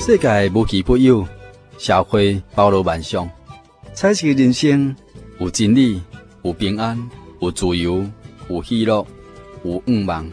世界无奇不有，社会包罗万象，彩色人生有真理，有平安，有自由，有喜乐，有愿望。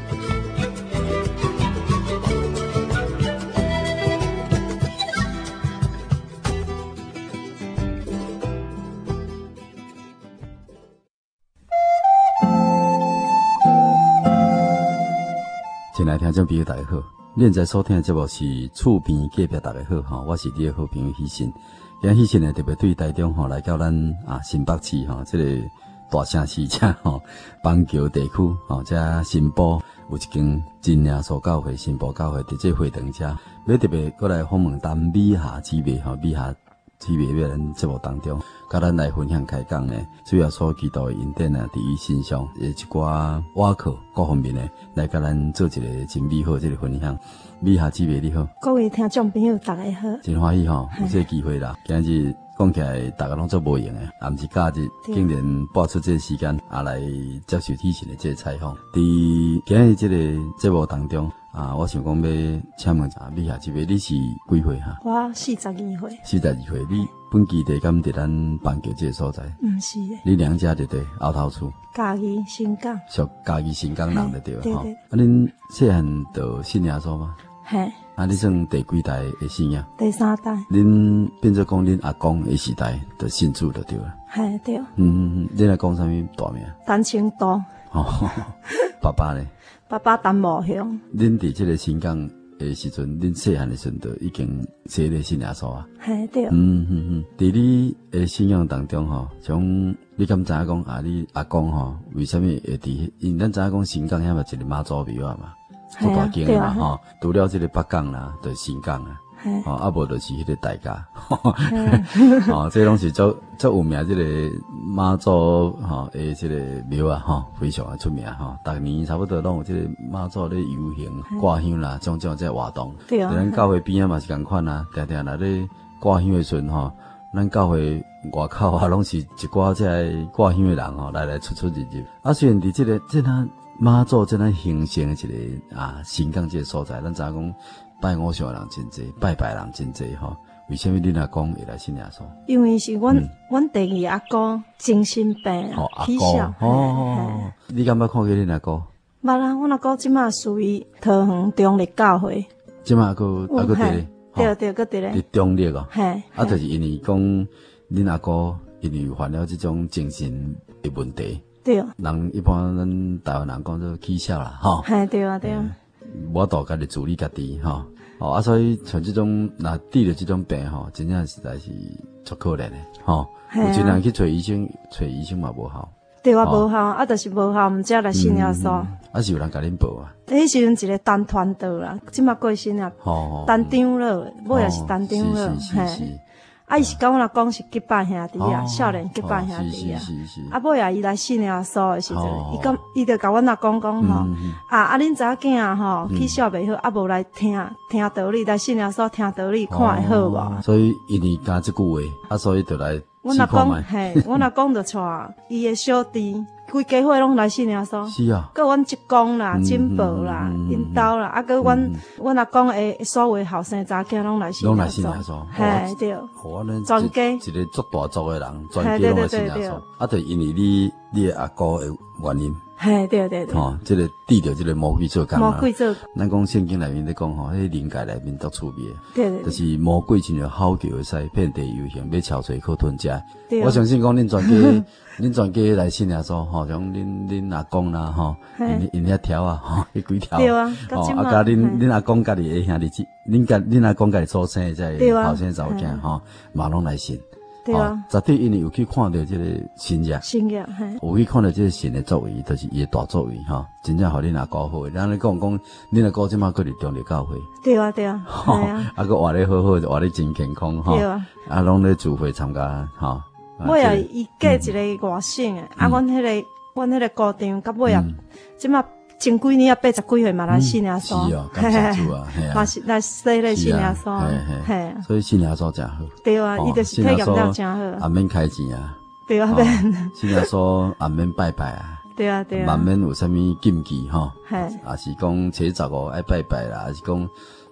亲爱的听众朋友，大家好！恁在所听的节目是厝边隔壁，大家好哈，我是你的好朋友喜信。今日喜信呢特别对台中吼来到咱新北市吼这个大城市遮吼邦桥地区吼遮新埔有一间真耶稣教会新埔教会伫这会堂遮，要特别过来访问咱美霞姊妹吼，美霞姊妹要咱节目当中，甲咱来分享开讲呢，主要所祈祷的恩典啊，伫伊身上，一寡瓦课各方面呢，来甲咱做一个真美好这个分享。美霞姊妹你好， 各位听众朋友大家好， 真欢喜吼，有这个机会啦。今日讲起来，大家拢做无闲的，也毋是假日，竟然拨出这个时间来接受喜信的这个采访。伫今日这个节目当中我想讲要请问美霞姊妹，你是几岁哈？ 我42岁。 42岁，你本基地敢伫咱邦桥这个所在？ 毋是的。 你娘家对对，后头厝。 嘉义新港。 属嘉义新港人对对吼。恁细汉就信耶稣吗？ 嘿。 你算第几代的信仰？ 第3代。 恁变做讲恁阿公的时代就信主就对了。 嘿，对。 恁阿公啥物大名？ 陈清道。 爸爸呢？ 爸爸陈茂雄。 恁伫这个新港的时阵，恁细汉的时阵就已经写咧信耶稣啊。 嘿，对。 伫你的信仰当中吼，像你敢知影讲你阿公吼，为什么会伫？因咱知影讲新港遐嘛一个妈祖庙啊嘛。好大间嘛吼，除了这个北港啦，就新港啊，无就是迄个大甲，这拢是足有名这个妈祖诶，这个庙啊非常的出名逐年差不多拢有这个妈祖咧游行、挂香啦，种种这活动。对啊，咱教会边嘛是共款啊，定定来咧挂香的时阵咱教会外口拢是一寡这挂香的人来出入入。虽然伫这个妈祖这样形成的一个新港这个所在，咱知影讲拜偶像的人真济，拜拜的人真济为什么恁阿公会来信耶稣？ 因为是阮第二阿哥精神病起笑。 你敢捌看过恁阿哥？ 捌啦，阮阿哥即马属于桃园中立教会。 即马佫伫咧？ 对，佫伫咧。 伫中立哦。 嘿。 就是因为讲恁阿哥因为患了这种精神的问题。对，人一般咱台湾人讲做起笑啦， 嘿，对啊， 我都家己处理家己，所以像这种得了这种病真正实在是足可怜的，有真人去找医生嘛无效， 对啊，无效，就是无效，毋才来信耶稣。 是有人甲恁报啊？ 迄时阵一个单团队啦，即马过身啊，单长老，尾也是单长老，嘿。伊是甲阮阿公是结拜兄弟啊，少年结拜兄弟啊。尾啊，伊来信耶稣的时阵，伊就甲阮阿公讲恁查囝起笑袂好，无来听道理，来信耶稣听道理，看会好无？ 所以因为讲这句话，所以就来。 阮阿公阮阿公就带伊的小弟，规家伙拢来信耶稣。 是啊。 佮阮职工啦、金宝啦、因兜啦，佮阮阿公的所有后生查囝拢来信耶稣。嘿，对。全家一个足大族的人，全家拢来信耶稣。就因为你的阿哥的原因。 嘿，对。 这个抵着这个魔鬼做工魔鬼做。 咱讲圣经内面咧讲迄灵界内面都趣味。 对。 就是魔鬼亲像吼叫会使遍地游行，要敲碎可吞食。我相信讲恁全家来信耶稣像恁阿公啦因遐条迄几条。 对啊。 甲恁阿公家己的兄弟姊，恁阿公家己所生的这后生查某囝嘛拢来信。 对啊， 绝对因为有去看到这个新约，有去看到这个神的作为，就是伊的大作为真正互恁阿哥好。咱咧讲恁阿哥即马搁伫中立教会。对啊，搁活咧好好，活咧真健康对啊， 拢咧聚会参加尾啊，伊嫁一个外省的，阮迄个姑丈，甲尾啊，即马。前几年80几岁嘛来信耶稣， 是哦，感谢主啊， 嘛是来说咧信耶稣，嘿， 所以信耶稣真好。 对啊，伊就是体验了真好。 也免开钱啊， 对啊， 信耶稣也免拜拜啊， 对啊， 也免有啥物禁忌也是讲初15爱拜拜啦，还是讲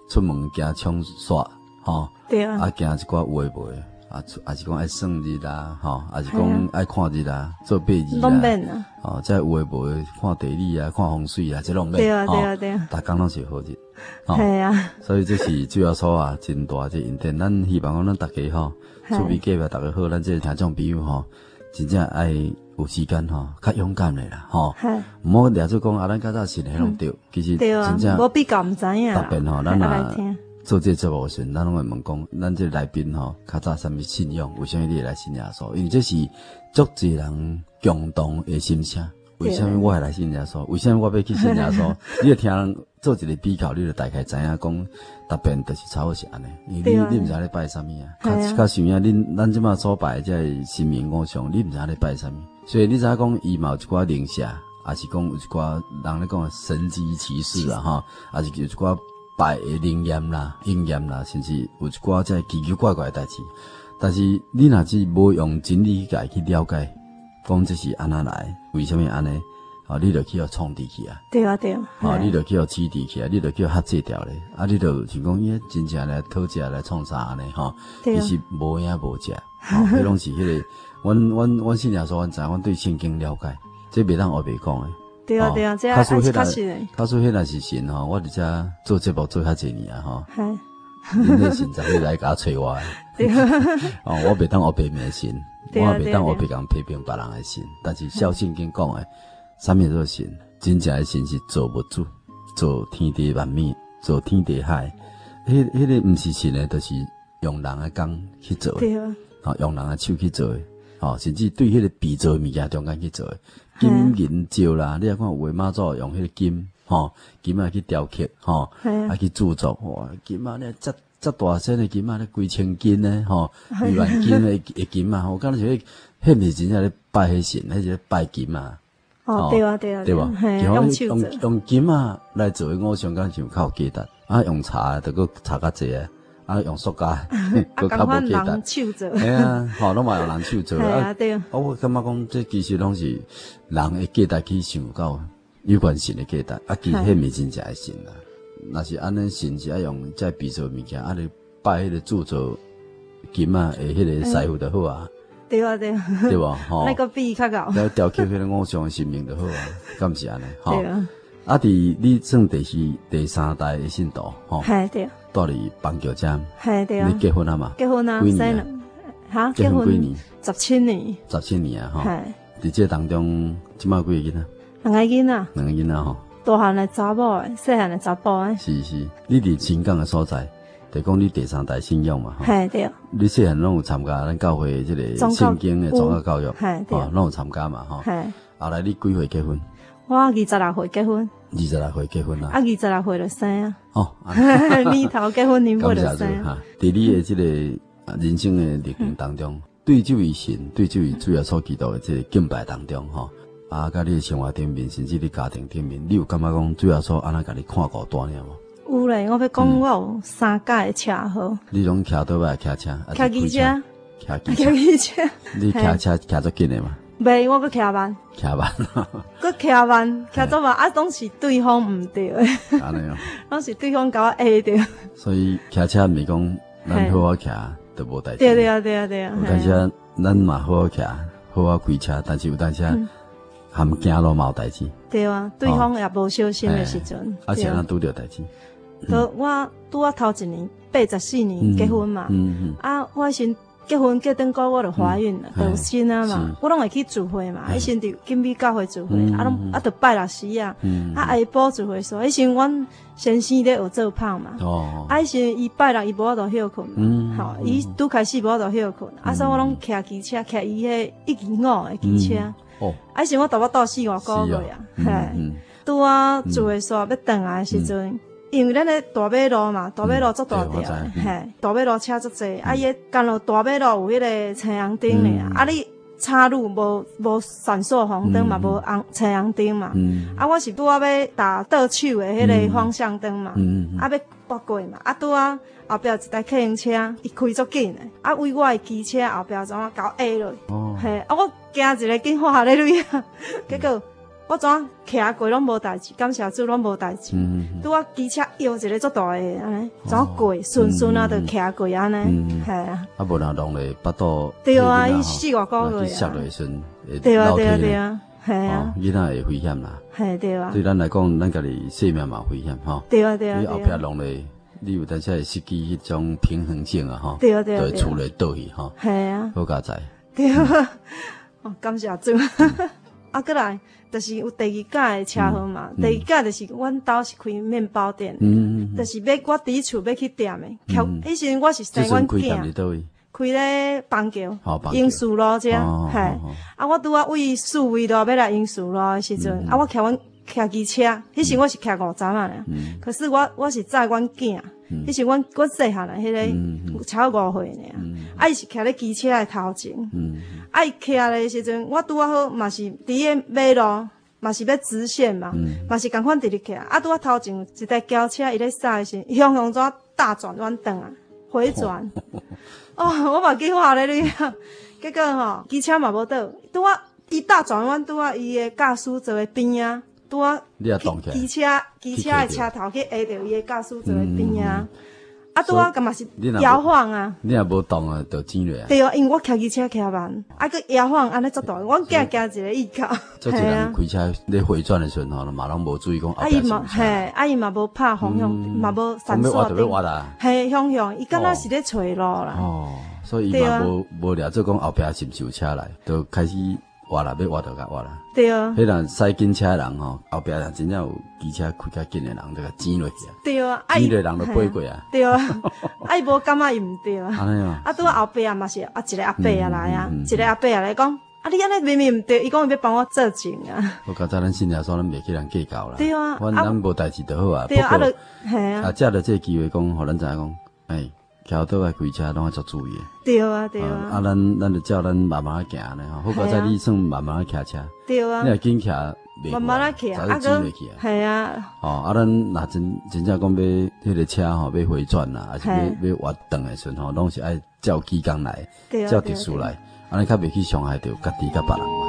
出门行冲刷，吼， 对啊， 啊，行一寡有诶无诶，啊，也是讲爱算日啦，吼，也是讲爱看日啦，做八字拢免啊， 哦，再有诶无诶，看地理啊，看风水啊，这拢免， 对啊，对啊，对啊， 逐工拢是好日， 系啊， 所以这是主要所啊，真大这因电，咱希望讲咱大家吼，厝边隔壁大家好，咱这听众朋友吼，真正爱有时间吼，较勇敢诶啦，吼，毋好掠出讲啊，咱较早信诶拢对，其实真正无比较毋知影， 特别吼，咱啊做这节目时，咱拢会问讲，咱这来宾吼，较早啥物信仰，为什么你会来信耶稣？因为这是足侪人共同诶心声。为什么我会来信耶稣？为什么我要去信耶稣？你要听人做一个比较，你就大概知影讲，答辩就是差不多是安尼。因为你毋知咧拜啥物啊？较想影咱即马所拜这神明偶像，你毋知咧拜啥物？所以你知影讲伊嘛有一寡灵社，也是讲有一寡人咧讲神迹奇事啊，哈，也是有一寡拜诶灵验啦、应验啦，甚至有一寡这奇奇怪怪诶代志。但是你若是无用真理去了解。讲这是安那来，为什么安尼？你就去互创治去啊？对啊，对啊。你就去互起治去啊？你就去互合制掉咧？你就像讲伊真正来讨价来创啥安尼？其实无影无价。迄拢是迄个，阮信耶稣，阮知，阮对圣经了解，这袂当黑白讲诶。对啊，对啊，这确实诶。假使迄若是神吼，我伫遮做节目做遐济年啊吼。恁咧神才会来甲找我。对我袂当黑白迷信。我也袂当我别讲批评别人的神，但是照圣经讲的，啥物做神？真正的神是造物主，造天地万物，造天地海。迄个毋是神的，就是用人的工去做的，用人的手去做的，甚至对迄个被造的物件中间去做的。金银石啦，你来看有的妈祖用迄个金，金啊去雕刻，去制作，哇，金啊咧这大身的金啊，咧几千斤呢，几万斤的金啊，我感觉是迄毋是真正咧拜迄神，迄是拜金啊。对啊，对啊，对吧？用金啊来做偶像，敢像较有价值。用茶就搁茶较济用塑胶搁较无价值。哎呀，拢嘛用人手做。对啊。我感觉讲这其实拢是人的价值去想到有关神的价值，其实迄毋是真正的神啦。若是安尼神是爱用在比做物件，你拜迄个铸造金啊，迄个师傅就好啊。对啊，对啊，对吧？那个比较高。来雕刻迄个偶像的神明就好啊，敢毋是安尼？对啊。伫你算第三代的信徒，系对啊。住伫邦桥站，系对啊。你结婚啊嘛？结婚啊，几年？哈？结婚几年？17年。17年啊，系。伫这当中，即摆几个囡仔？两个囡仔。两个囡仔吼。大汉的查某诶，细汉的查甫诶。是是，你伫新港的所在，就讲你第三代信仰嘛，系对。你细汉拢有参加咱教会即个圣经的宗教教育，系对，拢有参加嘛，系。后来你几岁结婚？我26岁结婚。26岁结婚啦。26岁就生啊。哦，年头结婚，年尾就生。哈，伫你的即个人生的历程当中，对这位神，对这位主要所基督的即个敬拜当中，甲你的生活顶面，甚至你家庭顶面，你有感觉讲主要说安那甲你看过大了无？有咧，我要讲我有3架的车号。你拢骑倒摆骑车？骑机车。骑机车。你骑车骑足紧的嘛？袂，我搁骑慢。骑慢。搁骑慢，骑足慢，拢是对方毋对的。安尼哦。拢是对方甲我下着。所以骑车毋是讲咱好好骑就无代志。对啊，对啊，对啊。有当时咱嘛好好骑，好好开车，但是有当时。含行路嘛有代志，对啊，对方也无小心的时阵，是安拄着代志。我拄啊头一年84年结婚嘛，我先结婚结等个我就怀孕了，就有生啊嘛，我拢会去聚会嘛，迄时伫金美教会聚会，拢就拜六时啊，下晡聚会所，迄时阮先生咧学做胖嘛，迄时伊拜六伊无法度休困，吼，伊拄开始无法度休困，所以我拢骑机车，骑伊迄1.5的机车。是我大我倒4、5个月啊，嘿，拄啊聚会所要转来的时阵，因为咱咧大马路嘛，大马路足大条，嘿，大马路车足济，伊个干路大马路有迄个青阳灯咧，你岔路无闪烁红灯嘛，无青阳灯嘛，我是拄啊要打倒手的迄个方向灯嘛，要拨过嘛，拄啊后壁一台客运车，伊开足紧的，为我的机车后壁怎啊搞 A 落，嘿，我惊一个紧滑咧类啊，结果我怎徛过拢无代志，感谢主拢无代志。拄啊机车摇一个足大个安尼，怎过顺顺啊，就徛过安尼，系啊。 啊，无人弄咧巴肚。 对啊，伊4、5个月啊。 摔落时阵， 对啊，对啊，对啊，系啊。 囡仔会危险啦。 系对啊。 对咱来讲，咱家己性命嘛危险吼。 对啊，对啊。 你后壁弄咧，你有当时会失去迄种平衡性啊，吼。 对啊，对啊。 就会出来倒去吼。 系啊。 好佳哉。 对啊。哦，感谢主。啊，过来。就是有第二架的车号嘛，第二架就是阮兜是开面包店，就是要我伫厝要去店的。迄时我是生阮囝，开咧邦桥英树路遮，嘿，啊，我拄啊为4位路要来英树路的时阵，啊，我骑机车，迄时我是骑5站啊，可是我是载阮囝，迄时阮细汉啊，迄个超5岁尔，啊，伊是骑咧机车的头前。啊，伊骑的时阵，我拄啊好嘛是伫个马路，嘛是要直线嘛，嘛是共款直直骑。啊，拄啊头前一台轿车伊咧驶时，向怎大转弯转啊，回转。哦，我嘛计划咧你啊，结果吼机车嘛无倒，拄啊伊大转弯拄啊伊的驾驶座的边啊，拄啊机车的车头去压着伊的驾驶座的边啊。啊，拄啊，干嘛是摇晃啊？ 你若无动啊，就挤落啊。 对啊，因为我骑机车骑慢，啊，佮摇晃安尼足大，我加一个依靠。 做一人开车咧回转的时阵吼，嘛拢无注意讲后壁是啥。 伊嘛无拍方向，嘛无闪烁。 要挖啦。 嘿，方向，伊敢若是咧找路啦。 哦，所以伊嘛无了做讲后壁是毋是有车来，就开始挖啦，要挖就甲挖啦。 对啊。 迄人驶紧车的人吼，后壁人真正有机车开较紧的人，就甲挤落去啊。 对啊， 挤落人就飞过啊。 对啊，伊无感觉伊毋对啊。 安尼啊。 啊，拄啊后壁啊嘛是一个阿伯啊来啊，一个阿伯啊来讲，啊你安尼明明毋对，伊讲伊要帮我做证啊。 我刚才咱新加坡咱袂去人计较啦。 对啊。 咱无代志就好啊。 对啊，啊就系啊。 啊，借着这个机会讲，互咱知影讲，哎。桥倒来开车拢要足注意诶。 对啊，对啊。 啊，咱就照咱慢慢行呢吼，好在你算慢慢骑车。 对啊。 你若紧骑， 慢慢骑， 早就挤落去啊。 系啊。 哦，啊，咱若真正讲要迄个车吼，要回转啦，还是要挖转诶时阵吼，拢是爱照机工来，照特殊来，安尼较袂去伤害到家己甲别人嘛。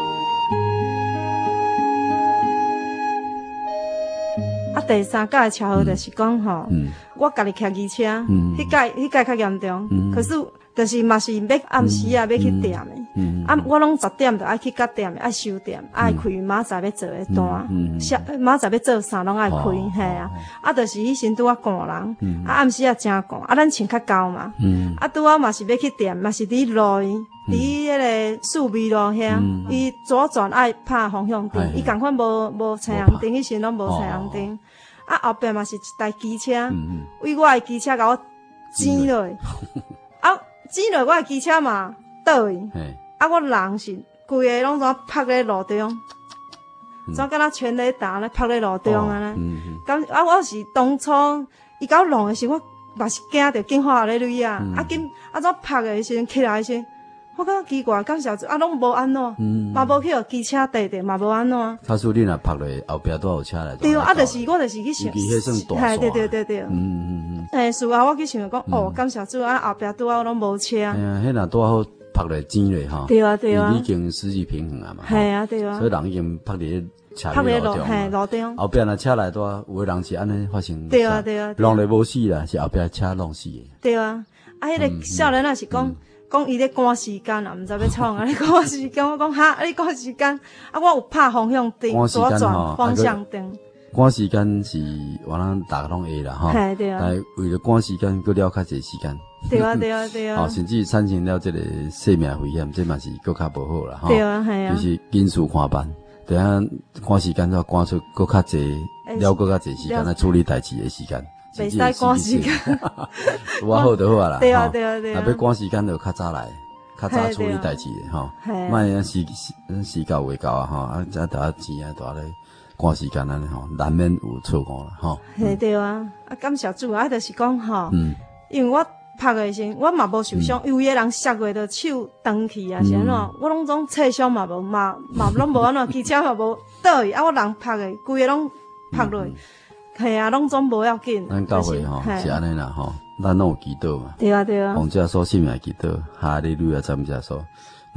啊，第三架的车祸就是讲吼，我家己骑机车，迄架较严重，可是就是嘛是要暗时啊要去店的，啊我拢10点就爱去到店的，爱收店，爱开明仔载要做的单，明仔载要做啥拢爱开，嘿啊，啊就是迄时拄啊赶人，啊暗时啊真赶，啊咱穿较高嘛，啊拄啊嘛是要去店，嘛是伫路。伫迄个4味路遐，伊左转爱拍方向灯，伊共款无彩阳灯，迄时拢无彩阳灯。啊后壁嘛是一台机车，为我的机车甲我挤落，啊挤落我的机车嘛倒去，啊我人是规个拢怎趴咧路中，怎敢若全雷达咧趴咧路中安尼。咁啊我是当初伊甲我弄的时候，我嘛是惊着紧花咧泪啊，啊紧啊怎趴的时阵起来时。我感觉奇怪，感谢主啊，拢无安怎，嘛无去互机车逮着，嘛无安怎。 他说你若拍落后壁都有车来。 对啊，就是我就是去想， 迄算大对。事后我去想讲，哦，感谢主啊，后壁拄好拢无车。 哎呀，迄若拄好拍落尖咧吼。 对啊。 已经失去平衡啊嘛。 系啊，对啊。 所以人已经拍伫拍咧路中。 后壁若车来拄有诶人是安尼发生。 对啊。 弄咧无死啦，是后壁车弄死诶。 对啊，啊，迄个少年也是讲伊咧赶时间啊，毋知要创啊！你赶时间，我讲哈，你赶时间啊！我有拍方向灯，左转方向灯。 赶时间是我咱大家拢会啦吼， 对啊。 但为了赶时间，佮了较济时间。 对啊。 哦，甚至产生了这个生命危险，这嘛是佮较无好啦吼。 对啊，系啊。 就是紧速看班，等下赶时间要赶出佮较济，了佮较济时间来处理代志的时间。 袂使赶时间， 我好就好啊啦。 对啊。 啊，要赶时间就较早来，较早处理代志的吼。莫啊时到未到啊吼，啊再大家钱啊大咧赶时间安尼吼，难免有错误啦吼。 对啊，啊感谢主啊，就是讲吼，因为我拍的时，我嘛无受伤，有个人摔过着手断去啊，是安怎？我拢总切伤嘛无嘛拢无安怎，机车嘛无倒去，啊我人拍的，规个拢拍落。系啊，拢总无要紧。 咱教会吼是安尼啦吼，咱拢有祈祷嘛。 对啊。 奉主所信命祈祷，哈利路亚赞美主所。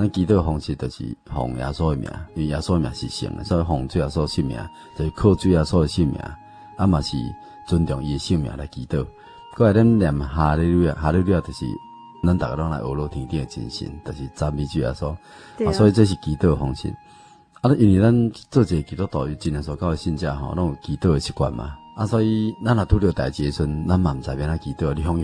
咱祈祷方式就是奉耶稣的名，因为耶稣的名是圣的，所以奉主耶稣性命，就是靠主耶稣的性命，啊嘛是尊重伊的性命来祈祷。过来咱念哈利路亚，哈利路亚就是咱大家拢来学罗天顶的真神，就是赞美主耶稣，所以这是祈祷方式。因为咱做一个基督徒，真正所教的信者吼，拢有祈祷的习惯嘛。所以咱若拄着代志的时阵，咱嘛毋知免哪祈祷，你雄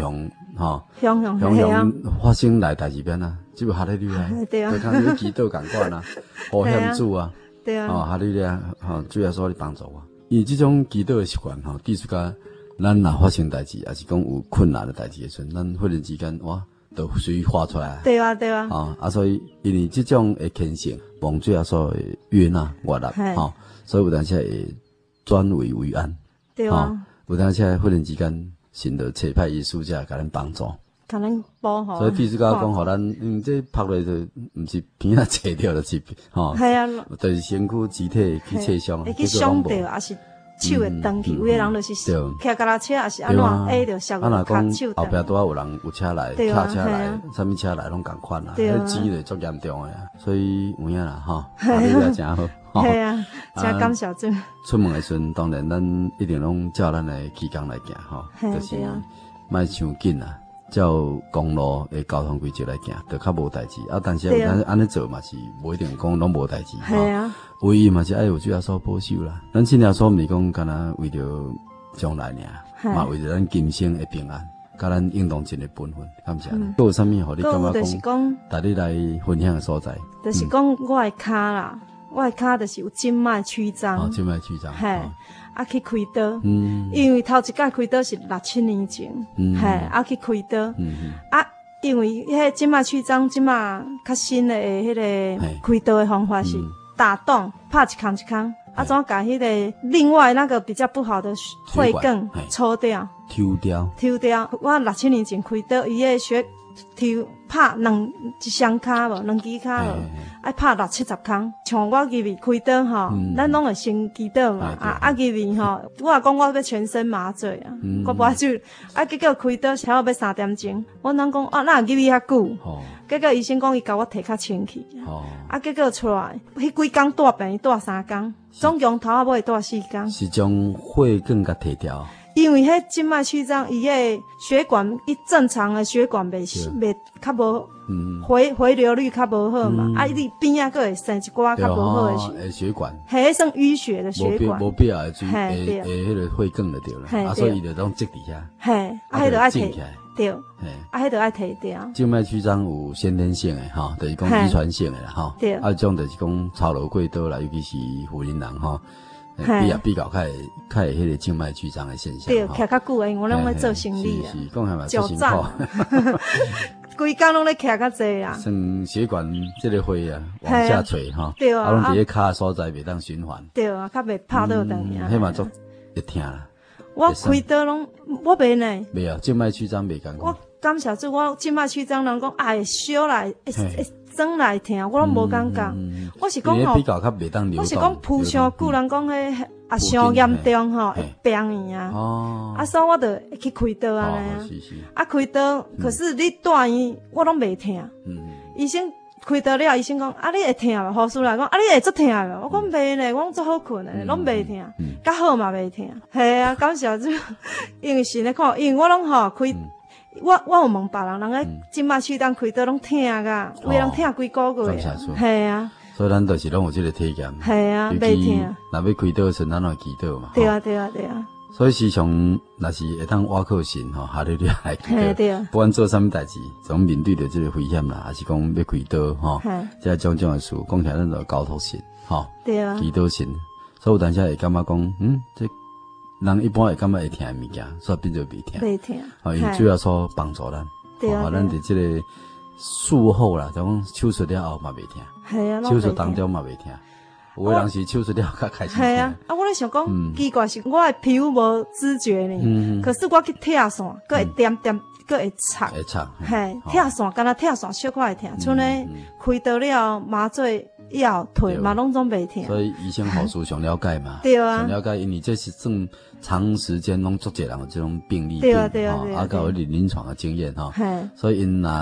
发生来代志边啊，只有哈利路亚，对啊，就像你祈祷共款啊，互险主啊， 对啊， 哈利路亚，主耶稣你帮助我。因为这种祈祷的习惯吼，伫出甲咱若发生代志，也是讲有困难的代志的时阵，咱忽然之间哇，就随发出来。 对啊，对啊。 所以因为这种的虔诚，蒙主耶稣的悦纳悦纳，所以有当时会转危为安。对啊。有当时忽然之间，神就差派伊使者甲咱帮助。 甲咱保护。 所以第四个讲，互咱，这拍落就毋是片仔切掉，就是系啊， 就是身躯肢体去切伤， 会去伤到，也是手会断去。有的人就是骑脚踏车，也是安怎着削个手后壁拄仔有人有车来，客车来，啥物车来拢共款啦，迄钱就足严重诶啊。所以有影啦，哈利路亚真好。 系啊，真感谢主。 出门诶时阵，当然咱一定拢照咱诶期间来行，就是莫伤紧啦。照公路的交通规则来行，就较无代志。但是咱安尼做嘛是无一定讲拢无代志。系啊，唯一嘛是爱有主耶稣保守啦。咱信耶稣毋是讲干那为着将来尔，嘛为着咱今生的平安，甲咱应当尽的本分。感谢。佮有啥物互你感觉讲？带你来分享的所在， 就是讲我的骹啦，我的骹就是有静脉曲张。 静脉曲张。 系。去开刀，因为头一届开刀是6-7年前，去开刀，因为迄静脉曲张，即马较新的迄个开刀的方法是打洞，拍一孔一孔，怎甲迄个另外那个比较不好的血管抽掉， 抽掉。 我6-7年前开刀，伊个血拍一双骹无，两支骹无，爱拍60-70孔。像我入去开刀吼，咱拢会先祈祷嘛，入去吼，我也讲我要全身麻醉啊，我无就结果开刀差不多要3点钟，我人讲哪入去遐久？结果医生讲伊甲我提较清气，结果出来，迄几工住病院住3工，总共头尾住4工。是将血管甲提掉。 因为迄静脉曲张，伊个血管伊正常的血管袂较无回流率较无好嘛，你边仔佫会生一寡较无好的血管， 迄算淤血的血管， 无必要的迄个血管就对了，所以伊就拢积伫遐， 迄就爱提对，迄就爱提掉。 静脉曲张有先天性的就是讲遗传性的啦对，种就是讲操劳过多啦，尤其是妇人人比较较会迄个静脉曲张的现象。 对，徛较久诶，我拢咧做生理啊， 是讲还蛮辛苦。 规工拢咧徛较济啦。 算血管这个血啊，往下垂对啊， 拢伫咧骹所在袂当循环。 对啊，较袂拍到等呀。 迄嘛足会疼啦。 我开刀拢我袂呢。 袂啊，静脉曲张袂感觉。 我感谢主，我静脉曲张人讲会烧来，转来疼，我拢无感觉。我是讲吼，我是讲扑伤久，人讲迄伤严重吼，会病院啊。所以我就去开刀安尼啊。开刀，可是你住院，我拢袂疼。医生开刀了，医生讲你会疼无？护士来讲你会足疼无？我讲袂呢，我拢足好困的，拢袂疼，较好嘛袂疼。系啊，感谢主，因为是咧看，因为我拢吼开。我有问别人，人个静脉曲张开刀拢疼噶，有人疼几个月。系啊， 所以咱就是拢有这个体验。 系啊，袂疼。 若要开刀时，咱会祈祷嘛。 对啊，对啊，对啊。 所以时常若是会当倚靠神哈利路亚来祈祷。不管做啥物代志，总面对着这个危险啦，还是讲要开刀哈，这种的事，讲起来咱就交托神哈。对啊。祈祷神，所以有当时会感觉讲，这。人一般会感觉会疼的物件，所以变做袂疼。袂疼，因主要所帮助咱，咱伫这个术后啦，讲手术了后嘛袂疼，系啊，手术当中嘛袂疼。有的人是手术了较开始疼。系啊， 我咧想讲，奇怪是我的皮肤无知觉呢，可是我去拆线，佫会点，佫会插，嘿，拆线，敢若拆线小可会疼，像咧开刀了麻醉。药腿嘛，拢总袂疼， 所以医生护士上了解嘛， 对啊， 上了解，因为这是算长时间拢足侪人有这种病例， 对啊， 有临床的经验所以因若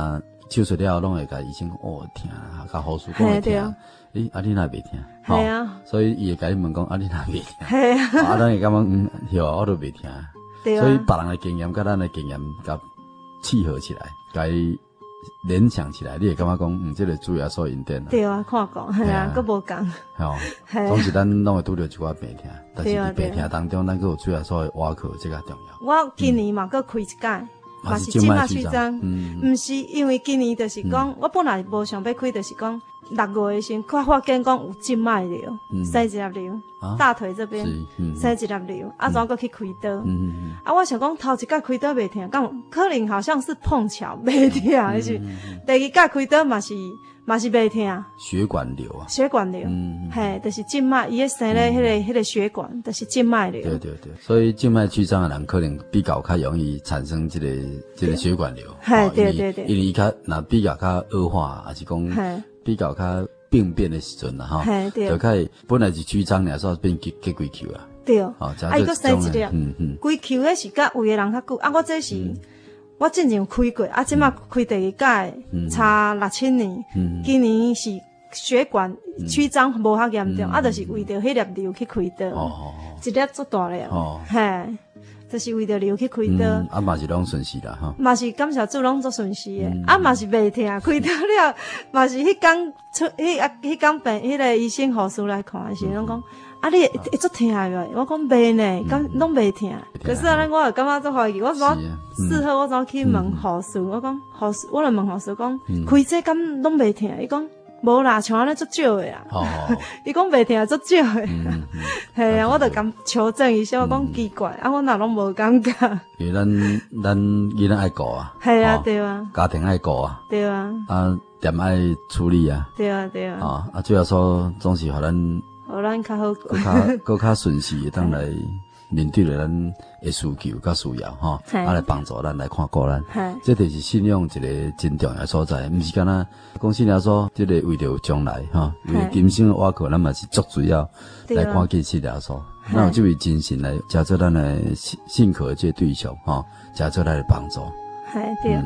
手术了拢会甲医生哦疼啊，甲护士讲会疼，你哪袂疼？ 系啊， 所以伊会甲你问讲你哪袂疼？ 系啊， 咱会感觉对啊，我都袂疼。 对啊， 所以别人的经验甲咱的经验甲契合起来，甲伊联想起来，你会感觉讲这个主要所引电啦。 对啊，看过，系啊，佫无共。 吼，总是咱拢会拄着一寡病痛，但是伫病痛当中，咱佫有主要所的挖口，这个重要。 我今年嘛佫开一间。嘛是静脉曲张，毋是因为今年就是讲，我本来无想要开，就是讲6月时才发现讲有静脉瘤，生一粒瘤，大腿这边生一粒瘤，怎个去开刀？我想讲头一届开刀袂疼，讲可能好像是碰巧袂疼，还是第二届开刀嘛是袂疼。 血管瘤啊， 血管瘤，嘿，就是静脉，伊生咧迄个血管，就是静脉瘤。 对，所以静脉曲张的人可能比较较容易产生这个血管瘤。 嘿，对， 因为伊若比较较恶化，还是讲比较较病变的时阵啦，哈，就开本来是曲张尔，所变结规球啊。对， 伊佫生一粒，规球迄是甲有的人较久，我这是。我之前有开过，即马开第二届，差6-7年。今年是血管曲张无遐严重，就是为着迄粒瘤去开刀，一粒足大粒，嘿，就是为着瘤去开刀。 嘛是拢顺势啦，哈。 嘛是感谢主拢足顺势的，嘛是袂疼，开刀了，嘛是迄天迄天病迄个医生护士来看的时，拢讲。你会足疼个，我讲袂呢，拢袂疼。可是我就感觉足怀疑，我怎事后我怎去问护士，我讲护士，我来问护士讲，开这敢拢袂疼？伊讲无啦，像安尼足少的啊。伊讲袂疼足少的。系啊，我就敢求证一下，我讲奇怪，我哪拢无感觉。 因为咱囡仔爱顾啊。 系啊，对啊。 家庭爱顾啊。 对啊。 店爱处理啊。 对啊。 最后说总是互咱。 互咱较好， 更较顺势，当来面对着咱的需求甲需要吼，来帮助咱来看顾咱。这就是信仰一个真重要所在，毋是干那讲信仰说，这个为着将来吼，为今生的挖口，咱嘛是足主要来看见信仰所。那有这位精神来加做咱的信可这对象吼，加做咱的帮助。 对。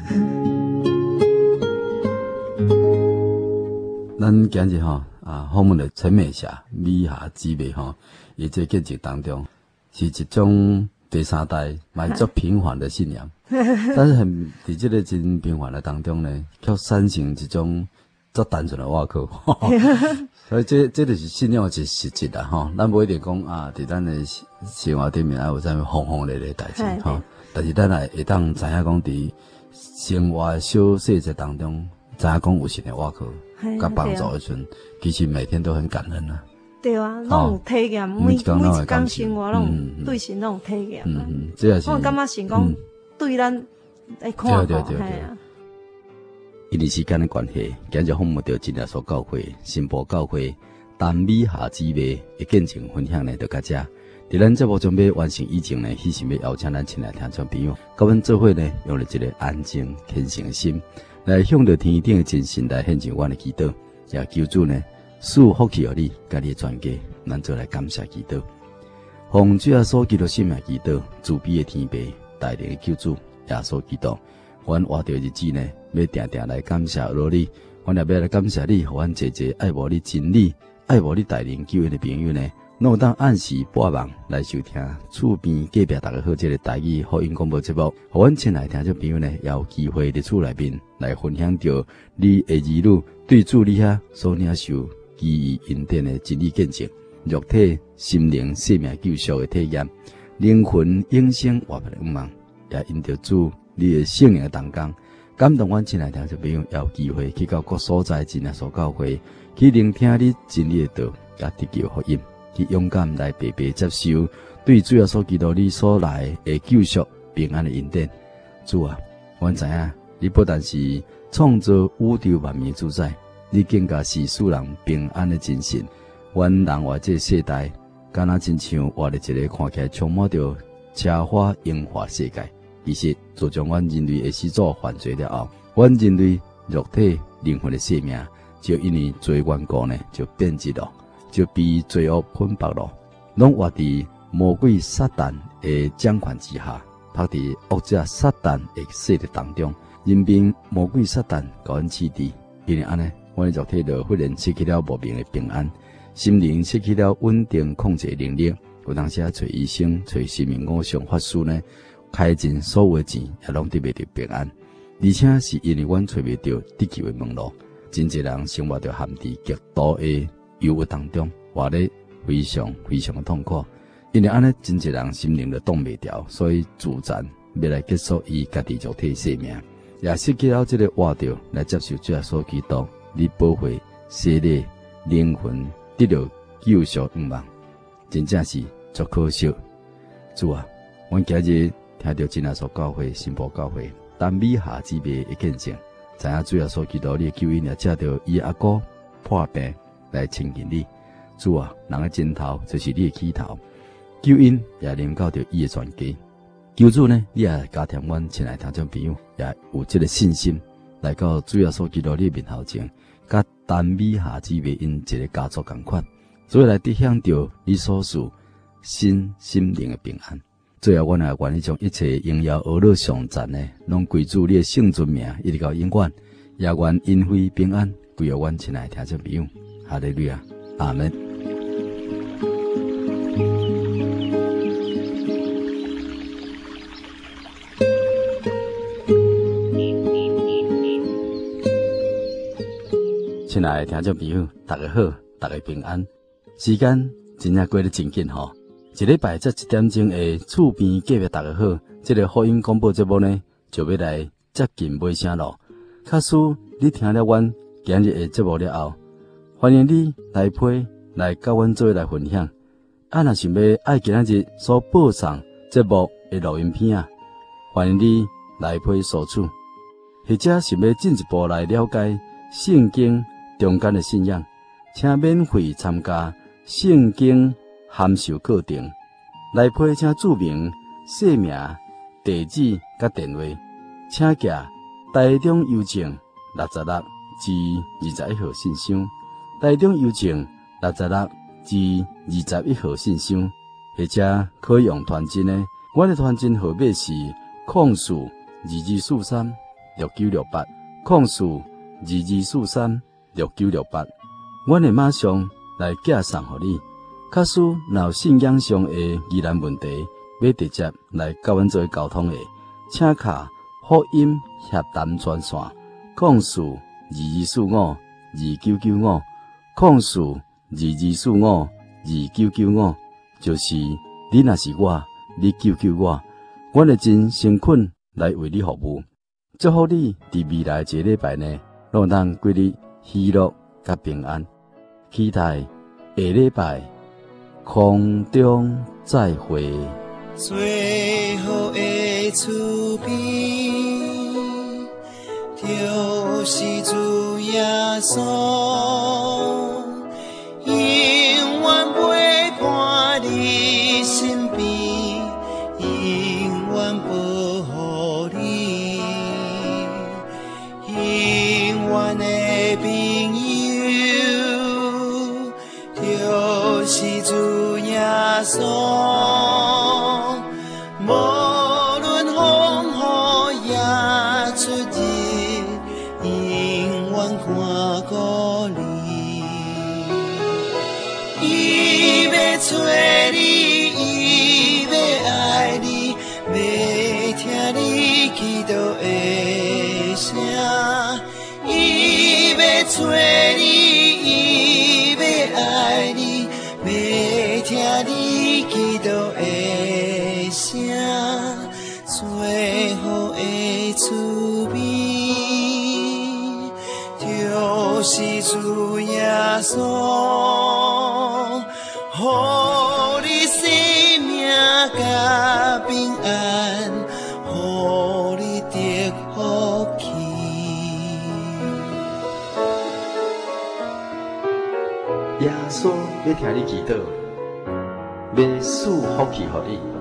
咱今日吼。访问的陈美霞、美霞姊妹吼，伊这见证当中是一种第三代蛮足平凡的信仰，但是在这个真平凡的当中呢，却产生一种足单纯的挖口，所以这就是信仰的实质啦吼。咱不一定讲在咱的生活顶面有啥物轰轰烈烈代志吼，但是咱来会当知影讲伫生活的小细节当中，知影讲有神的挖口。甲帮助的时阵，其实每天都很感恩啊。 对啊，拢有体验，每一工生活拢对神拢有体验啊。 这也是。 我感觉神讲对咱会看对啊。因为时间的关系，今日访问到真耶稣教会新埔教会陈美霞姊妹的见证分享呢，就到这。在咱节目准备完成以前呢，迄时要邀请咱亲爱听众朋友，甲阮做伙呢，用了一个安静虔诚的心。来向着天顶的真神来献上阮的祈祷，也求主呢赐福气予你，甲你的全家，咱做来感谢祈祷。奉主耶稣基督圣名祈祷，慈悲的天父，大能的救主耶稣基督，阮活着日子呢，要定定来感谢你，阮也要来感谢你，互阮节节爱慕你真理，爱慕你大能救恩的朋友呢。咱有当按时播放来收听厝边隔壁大家好这个台语福音广播节目，互阮亲爱听众朋友呢，也有机会伫厝内面来分享着你的儿女对主你遐所领受基于恩典的真理见证，肉体、心灵、生命救赎的体验，灵魂永生活不能忘，也因着主你的圣灵的同工，感动阮亲爱听众朋友也有机会去到各所在真耶稣教会去聆听你真理的道，也得救福音。去勇敢来白白接受对主耶稣基督你所来的救赎平安的恩典。主啊，阮知影你不但是创造宇宙万物主宰，你更加是使人平安的真神。阮人活这世代，敢若亲像活伫一个看起来充满着车花烟花世界。其实自从阮人类的始祖犯罪了后，阮人类肉体灵魂的生命就因为罪缘故呢，就变质了。就被罪恶捆绑了，拢活伫魔鬼撒旦的掌权之下，拍伫恶者撒旦的势力当中， 人民魔鬼撒旦甲阮刺敌，因为安尼，阮的肉体就忽然失去了无名的平安，心灵失去了稳定控制能力。有当时找医生、找生命五常法师呢，开尽所有的钱，也拢得袂到平安。而且是因为阮找袂到得救的门路，真侪人生活着陷伫极度的忧郁当中，活得非常非常的痛苦。因为安尼，真侪人心灵就挡袂牢，所以自残要来结束伊家己肉体生命，也失去了这个活着来接受主耶稣基督，你保护洗礼灵魂得到救赎愿望，真正是足可惜。主啊，阮今日听到真耶稣教会、新埔教会、丹米下姊妹的见证，知影主耶稣基督你的救恩也借着伊阿哥破病来亲近你。主啊，人的尽头就是你的起头，救恩也临到着伊的全家。求主呢，你也加添阮亲爱听众朋友，也有这个信心来到主耶稣基督你的面头前，甲丹米下姊妹因一个家族同款，所以来得享着你所属心灵的平安。最后，阮也愿意将一切荣耀、恶乐、上赞呢，拢归主你的圣尊名，一直到永远，也愿恩惠平安归于阮亲爱听众朋友。哈利路亚，阿门。亲爱的听众朋友，大家好，大家平安。时间真正过得真紧吼，一礼拜这1点钟的厝边隔壁大家好，这个福音广播节目呢，就要来接近尾声咯。假使你听了阮今日的节目了后，欢迎你来批来甲阮做来分享。若想要爱今日所播送节目的录音片啊，欢迎你来批索取，或者想要进一步来了解圣经中间的信仰，请免费参加圣经函授课程。来批请注明姓名、地址甲电话，请寄台中邮政66至21号信箱，台中邮政66至21号信箱，或者可以用传真的。我的传真号码是0422436968，0422436968。我会马上来寄送给你。假使有信仰上的疑难问题，要直接来甲阮做沟通的，请卡福音协谈专线，0422452995，0422452995，就是你若是我，你救我，我会真诚恳来为你服务。祝福你伫未来一个礼拜内，拢当过日喜乐甲平安。期待下礼拜空中再会。 最后的厝边，就是主耶稣，永远陪伴你身边，永远保护你，永远的朋友，就是主耶稣。无论风雨也出日，永远看顾你。伊要找你，伊要爱你，要听你祈祷的声。伊要找你，伊要爱你，要听你祈祷的声。最好的厝边，就是主耶稣，予你生命甲平安，予你得福气。 耶稣要听你祈祷，要赐福气予你。